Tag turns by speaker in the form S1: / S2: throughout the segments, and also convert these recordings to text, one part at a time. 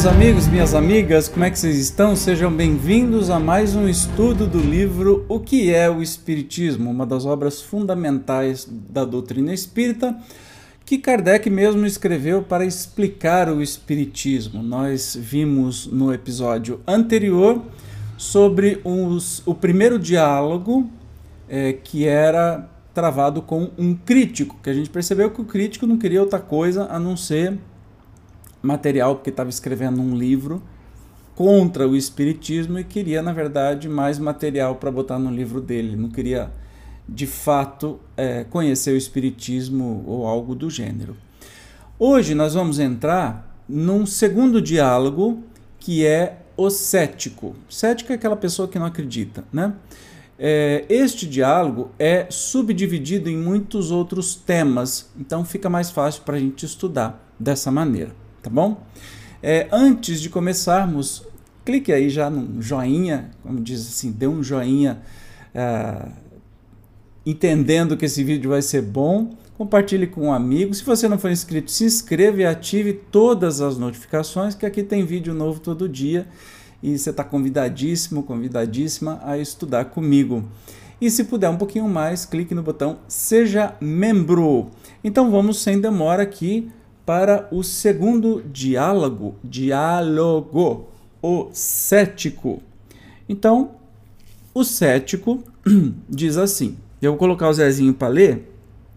S1: meus amigos, minhas amigas, como é que vocês estão? Sejam bem-vindos a mais um estudo do livro O que é o Espiritismo, uma das obras fundamentais da doutrina espírita, que Kardec mesmo escreveu para explicar o Espiritismo. Nós vimos no episódio anterior sobre o primeiro diálogo que era travado com um crítico, que a gente percebeu que o crítico não queria outra coisa a não ser material, porque estava escrevendo um livro contra o espiritismo e queria, na verdade, mais material para botar no livro dele. Não queria, de fato, conhecer o espiritismo ou algo do gênero. Hoje nós vamos entrar num segundo diálogo, que é o cético. Cético é aquela pessoa que não acredita, né? Este diálogo é subdividido em muitos outros temas, então fica mais fácil para a gente estudar dessa maneira. Tá bom? Antes de começarmos, clique aí já no joinha, como diz assim, dê um joinha entendendo que esse vídeo vai ser bom, compartilhe com um amigo. Se você não for inscrito, se inscreva e ative todas as notificações, que aqui tem vídeo novo todo dia e você está convidadíssimo, convidadíssima a estudar comigo. E se puder um pouquinho mais, clique no botão Seja Membro. Então vamos sem demora aqui para o segundo diálogo, o cético. Então, o cético diz assim, eu vou colocar o Zezinho para ler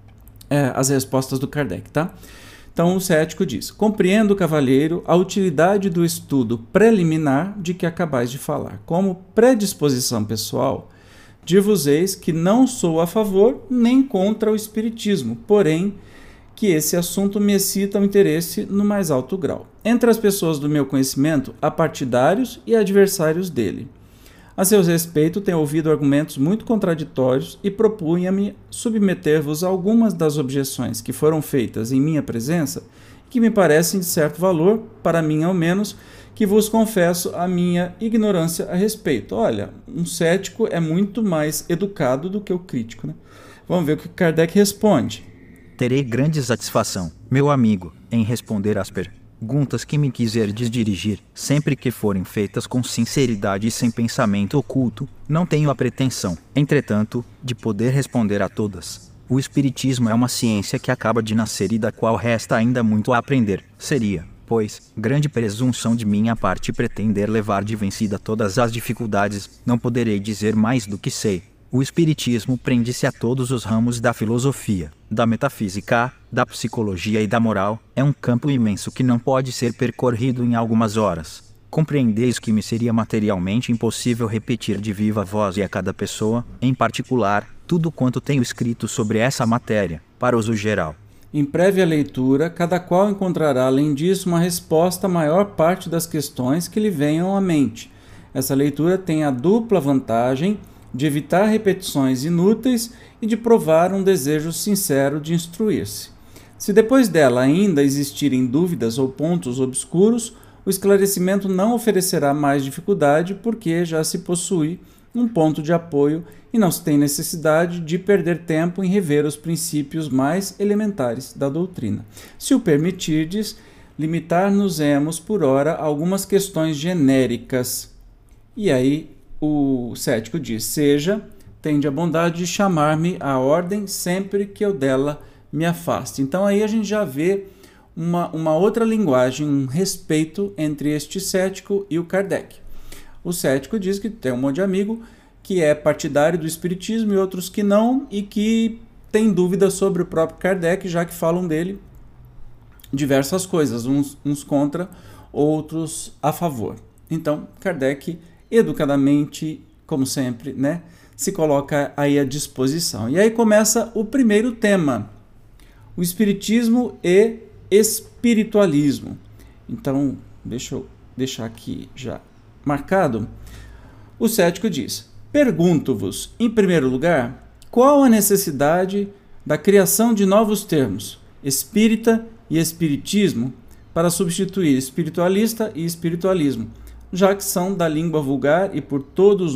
S1: as respostas do Kardec, tá? Então, o cético diz: compreendo, cavalheiro, a utilidade do estudo preliminar de que acabais de falar. Como predisposição pessoal, dir-vos-eis que não sou a favor nem contra o espiritismo, porém, que esse assunto me excita o interesse no mais alto grau. Entre as pessoas do meu conhecimento, há partidários e adversários dele. A seu respeito, tenho ouvido argumentos muito contraditórios e propunha-me submeter-vos a algumas das objeções que foram feitas em minha presença, que me parecem de certo valor, para mim ao menos, que vos confesso a minha ignorância a respeito. Olha, um cético é muito mais educado do que o crítico, né? Vamos ver o que Kardec responde.
S2: Terei grande satisfação, meu amigo, em responder às perguntas que me quiserdes dirigir, sempre que forem feitas com sinceridade e sem pensamento oculto. Não tenho a pretensão, entretanto, de poder responder a todas. O espiritismo é uma ciência que acaba de nascer e da qual resta ainda muito a aprender. Seria, pois, grande presunção de minha parte pretender levar de vencida todas as dificuldades. Não poderei dizer mais do que sei. O espiritismo prende-se a todos os ramos da filosofia, da metafísica, da psicologia e da moral. É um campo imenso que não pode ser percorrido em algumas horas. Compreendeis que me seria materialmente impossível repetir de viva voz e a cada pessoa, em particular, tudo quanto tenho escrito sobre essa matéria, para uso geral.
S1: Em prévia leitura, cada qual encontrará, além disso, uma resposta à maior parte das questões que lhe venham à mente. Essa leitura tem a dupla vantagem de evitar repetições inúteis e de provar um desejo sincero de instruir-se. Se depois dela ainda existirem dúvidas ou pontos obscuros, o esclarecimento não oferecerá mais dificuldade, porque já se possui um ponto de apoio e não se tem necessidade de perder tempo em rever os princípios mais elementares da doutrina. Se o permitirdes, limitar-nos-emos por ora a algumas questões genéricas. E aí, o cético diz: seja, tende a bondade de chamar-me à ordem sempre que eu dela me afaste. Então aí a gente já vê uma outra linguagem, um respeito entre este cético e o Kardec. O cético diz que tem um monte de amigo que é partidário do espiritismo e outros que não, e que tem dúvidas sobre o próprio Kardec, já que falam dele diversas coisas, uns contra, outros a favor. Então, Kardec educadamente, como sempre, né, se coloca aí à disposição. E aí começa o primeiro tema, o espiritismo e espiritualismo. Então, deixa eu deixar aqui já marcado. O cético diz: pergunto-vos, em primeiro lugar, qual a necessidade da criação de novos termos, espírita e espiritismo, para substituir espiritualista e espiritualismo, já que são da língua vulgar e por todos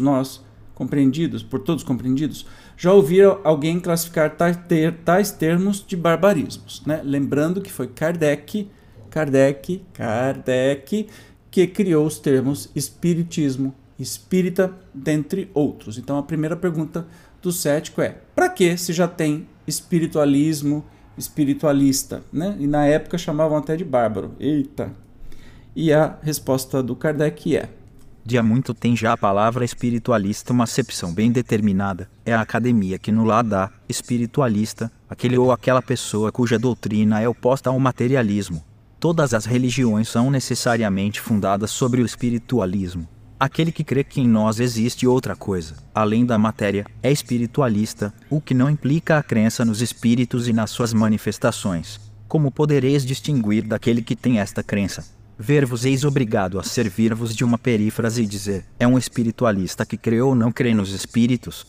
S1: compreendidos. Já ouviram alguém classificar tais termos de barbarismos, né? Lembrando que foi Kardec que criou os termos espiritismo, espírita, dentre outros. Então a primeira pergunta do cético é: para que se já tem espiritualismo, espiritualista, né? E na época chamavam até de bárbaro. Eita! E a resposta do Kardec é:
S2: de há muito tem já a palavra espiritualista uma acepção bem determinada. É a academia que no lado dá espiritualista, aquele ou aquela pessoa cuja doutrina é oposta ao materialismo. Todas as religiões são necessariamente fundadas sobre o espiritualismo. Aquele que crê que em nós existe outra coisa, além da matéria, é espiritualista, o que não implica a crença nos espíritos e nas suas manifestações. Como podereis distinguir daquele que tem esta crença? Ver-vos-eis obrigado a servir-vos de uma perífrase e dizer: é um espiritualista que crê ou não crê nos espíritos?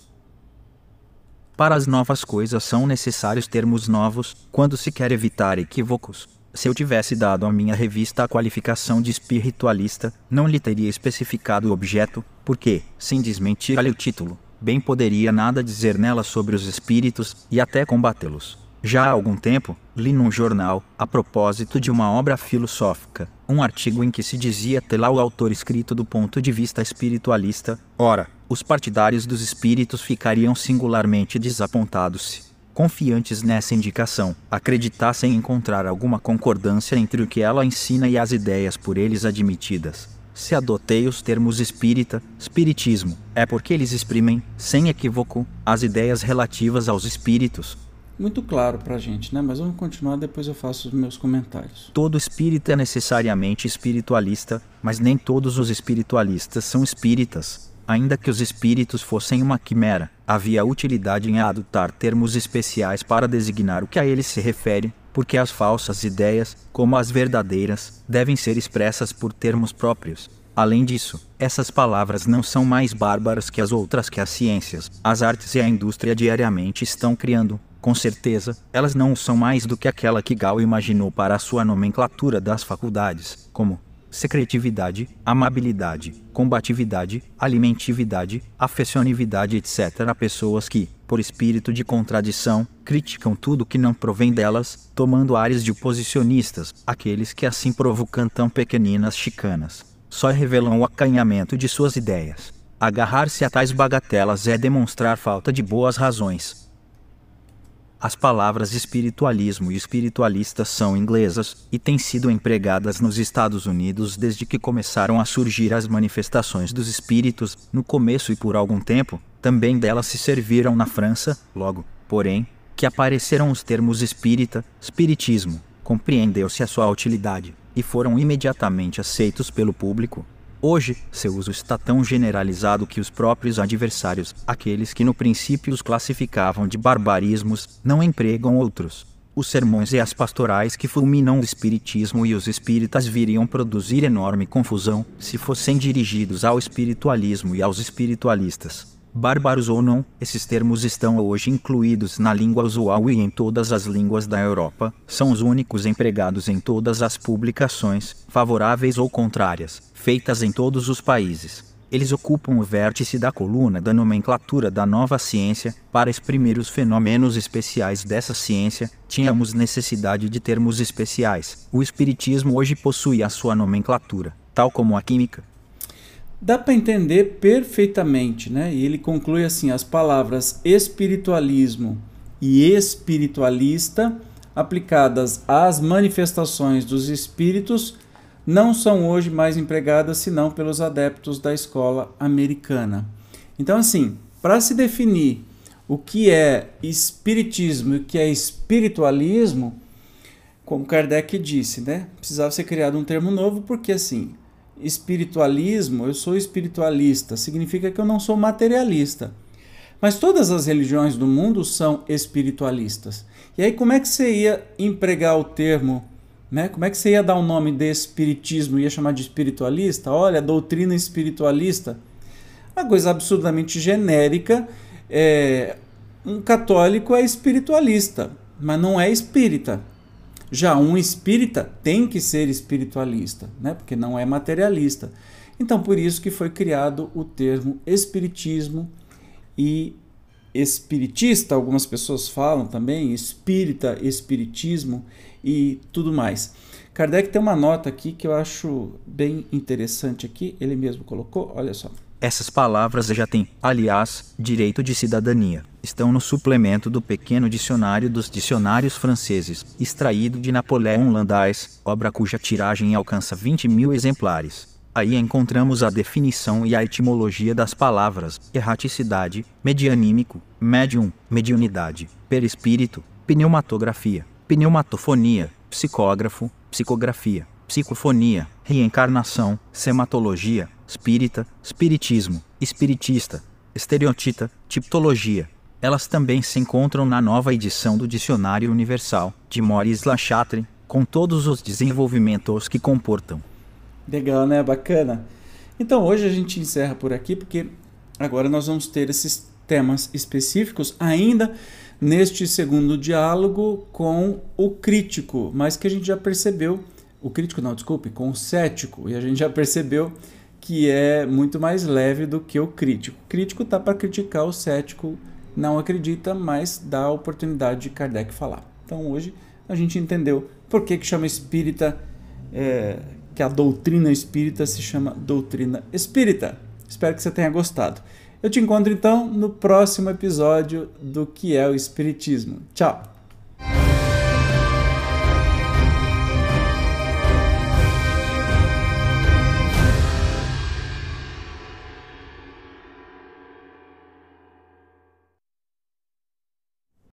S2: Para as novas coisas são necessários termos novos, quando se quer evitar equívocos. Se eu tivesse dado à minha revista a qualificação de espiritualista, não lhe teria especificado o objeto, porque, sem desmentir-lhe o título, bem poderia nada dizer nela sobre os espíritos, e até combatê-los. Já há algum tempo, li num jornal, a propósito de uma obra filosófica, um artigo em que se dizia ter lá o autor escrito do ponto de vista espiritualista. Ora, os partidários dos espíritos ficariam singularmente desapontados se, confiantes nessa indicação, acreditassem encontrar alguma concordância entre o que ela ensina e as ideias por eles admitidas. Se adotei os termos espírita, espiritismo, é porque eles exprimem, sem equívoco, as ideias relativas aos espíritos.
S1: Muito claro pra gente, né? Mas vamos continuar, depois eu faço os meus comentários.
S2: Todo espírita é necessariamente espiritualista, mas nem todos os espiritualistas são espíritas. Ainda que os espíritos fossem uma quimera, havia utilidade em adotar termos especiais para designar o que a eles se refere, porque as falsas ideias, como as verdadeiras, devem ser expressas por termos próprios. Além disso, essas palavras não são mais bárbaras que as outras que as ciências, as artes e a indústria diariamente estão criando. Com certeza, elas não são mais do que aquela que Gao imaginou para a sua nomenclatura das faculdades, como secretividade, amabilidade, combatividade, alimentividade, afecionividade, etc. Há pessoas que, por espírito de contradição, criticam tudo que não provém delas, tomando ares de oposicionistas, aqueles que assim provocam tão pequeninas chicanas. Só revelam o acanhamento de suas ideias. Agarrar-se a tais bagatelas é demonstrar falta de boas razões. As palavras espiritualismo e espiritualista são inglesas e têm sido empregadas nos Estados Unidos desde que começaram a surgir as manifestações dos espíritos, no começo e por algum tempo, também delas se serviram na França, logo, porém, que apareceram os termos espírita, espiritismo, compreendeu-se a sua utilidade, e foram imediatamente aceitos pelo público. Hoje, seu uso está tão generalizado que os próprios adversários, aqueles que no princípio os classificavam de barbarismos, não empregam outros. Os sermões e as pastorais que fulminam o espiritismo e os espíritas viriam produzir enorme confusão, se fossem dirigidos ao espiritualismo e aos espiritualistas. Bárbaros ou não, esses termos estão hoje incluídos na língua usual e em todas as línguas da Europa, são os únicos empregados em todas as publicações, favoráveis ou contrárias, feitas em todos os países. Eles ocupam o vértice da coluna da nomenclatura da nova ciência. Para exprimir os fenômenos especiais dessa ciência, tínhamos necessidade de termos especiais. O espiritismo hoje possui a sua nomenclatura, tal como a química.
S1: Dá para entender perfeitamente, né? E ele conclui assim: as palavras espiritualismo e espiritualista, aplicadas às manifestações dos espíritos, não são hoje mais empregadas senão pelos adeptos da escola americana. Então, assim, para se definir o que é espiritismo e o que é espiritualismo, como Kardec disse, né? Precisava ser criado um termo novo, porque assim, espiritualismo, eu sou espiritualista, significa que eu não sou materialista. Mas todas as religiões do mundo são espiritualistas. E aí como é que você ia empregar o termo, né? Como é que você ia dar o nome de espiritismo? Ia chamar de espiritualista? Olha, doutrina espiritualista. Uma coisa absurdamente genérica. Um católico é espiritualista, mas não é espírita. Já um espírita tem que ser espiritualista, né? Porque não é materialista. Então, por isso que foi criado o termo espiritismo e espiritista, algumas pessoas falam também, espírita, espiritismo e tudo mais. Kardec tem uma nota aqui que eu acho bem interessante aqui, ele mesmo colocou, olha só.
S2: Essas palavras já têm, aliás, direito de cidadania. Estão no suplemento do pequeno dicionário dos dicionários franceses, extraído de Napoléon Landais, obra cuja tiragem alcança 20.000 exemplares. Aí encontramos a definição e a etimologia das palavras erraticidade, medianímico, médium, mediunidade, perispírito, pneumatografia, pneumatofonia, psicógrafo, psicografia, psicofonia, reencarnação, sematologia, espírita, espiritismo, espiritista, estereotita, tipologia. Elas também se encontram na nova edição do Dicionário Universal, de Maurice Lachatre, com todos os desenvolvimentos que comportam.
S1: Legal, né? Bacana. Então hoje a gente encerra por aqui, porque agora nós vamos ter esses temas específicos ainda neste segundo diálogo com o crítico, mas que a gente já percebeu, o crítico não, desculpe, com o cético, e a gente já percebeu que é muito mais leve do que o crítico. O crítico está para criticar, o cético não acredita, mas dá a oportunidade de Kardec falar. Então hoje a gente entendeu por que chama espírita, que a doutrina espírita se chama doutrina espírita. Espero que você tenha gostado. Eu te encontro então no próximo episódio do Que é o Espiritismo. Tchau!